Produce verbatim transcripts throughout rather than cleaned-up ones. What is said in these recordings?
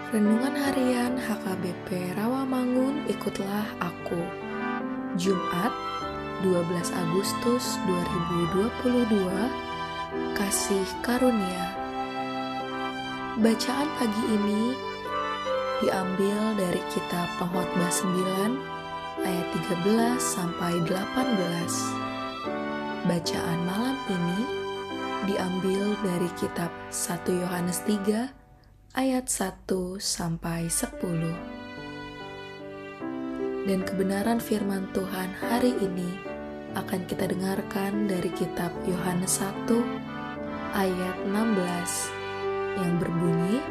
Renungan Harian H K B P Rawamangun, ikutlah aku. Jumat, dua belas Agustus dua ribu dua puluh dua. Kasih karunia. Bacaan pagi ini diambil dari kitab Pengkhotbah sembilan ayat tiga belas sampai delapan belas. Bacaan malam ini diambil dari kitab satu Yohanes tiga ayat satu sampai sepuluh. Dan kebenaran firman Tuhan hari ini akan kita dengarkan dari kitab Yohanes satu ayat enam belas yang berbunyi,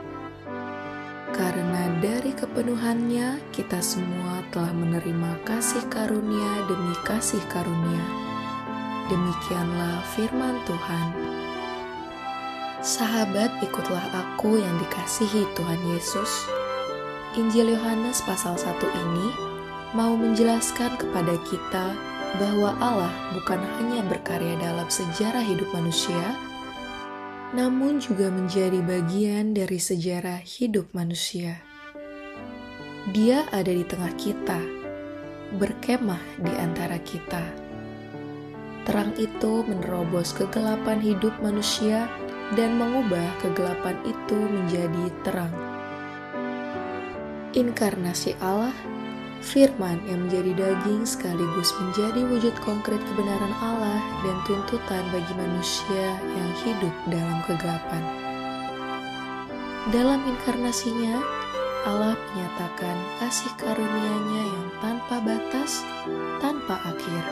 karena dari kepenuhannya kita semua telah menerima kasih karunia demi kasih karunia. Demikianlah firman Tuhan. Sahabat, ikutlah aku yang dikasihi Tuhan Yesus. Injil Yohanes pasal satu ini mau menjelaskan kepada kita bahwa Allah bukan hanya berkarya dalam sejarah hidup manusia, namun juga menjadi bagian dari sejarah hidup manusia. Dia ada di tengah kita, berkemah di antara kita. Terang itu menerobos kegelapan hidup manusia dan mengubah kegelapan itu menjadi terang. Inkarnasi Allah, firman yang menjadi daging sekaligus menjadi wujud konkret kebenaran Allah dan tuntutan bagi manusia yang hidup dalam kegelapan. Dalam inkarnasinya, Allah menyatakan kasih karunia-Nya yang tanpa batas, tanpa akhir.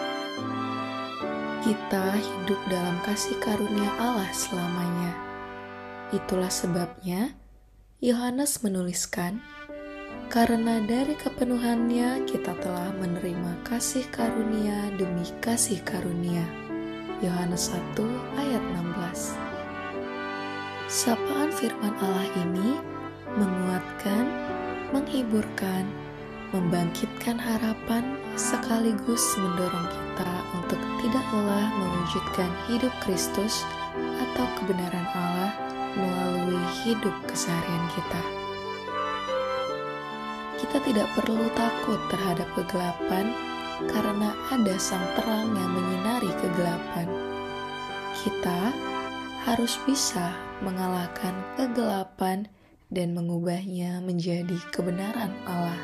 Kita hidup dalam kasih karunia Allah selamanya. Itulah sebabnya Yohanes menuliskan, karena dari kepenuhannya kita telah menerima kasih karunia demi kasih karunia. Yohanes satu ayat enam belas. Sapaan firman Allah ini menguatkan, menghiburkan, membangkitkan harapan, sekaligus mendorong kita untuk tidak lelah mewujudkan hidup Kristus atau kebenaran Allah melalui hidup keseharian kita. Kita tidak perlu takut terhadap kegelapan karena ada sang terang yang menyinari kegelapan. Kita harus bisa mengalahkan kegelapan dan mengubahnya menjadi kebenaran Allah.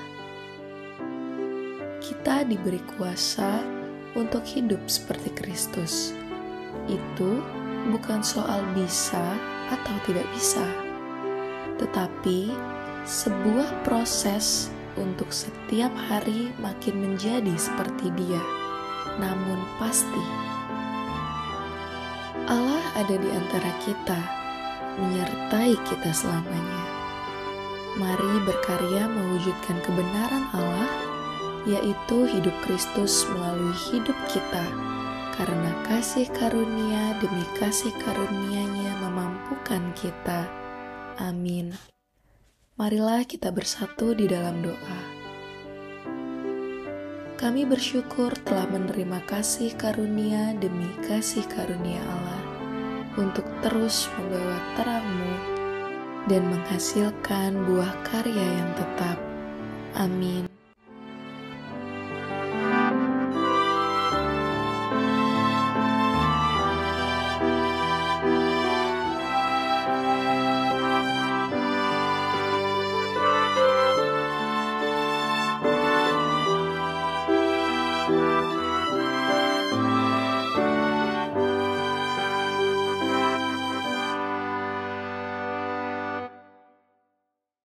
Kita diberi kuasa untuk hidup seperti Kristus. Itu bukan soal bisa atau tidak bisa, tetapi sebuah proses untuk setiap hari makin menjadi seperti Dia, namun pasti. Allah ada di antara kita, menyertai kita selamanya. Mari berkarya mewujudkan kebenaran Allah, yaitu hidup Kristus melalui hidup kita, karena kasih karunia demi kasih karunia-Nya memampukan kita. Amin. Marilah kita bersatu di dalam doa. Kami bersyukur telah menerima kasih karunia demi kasih karunia Allah untuk terus membawa terang-Mu dan menghasilkan buah karya yang tetap. Amin.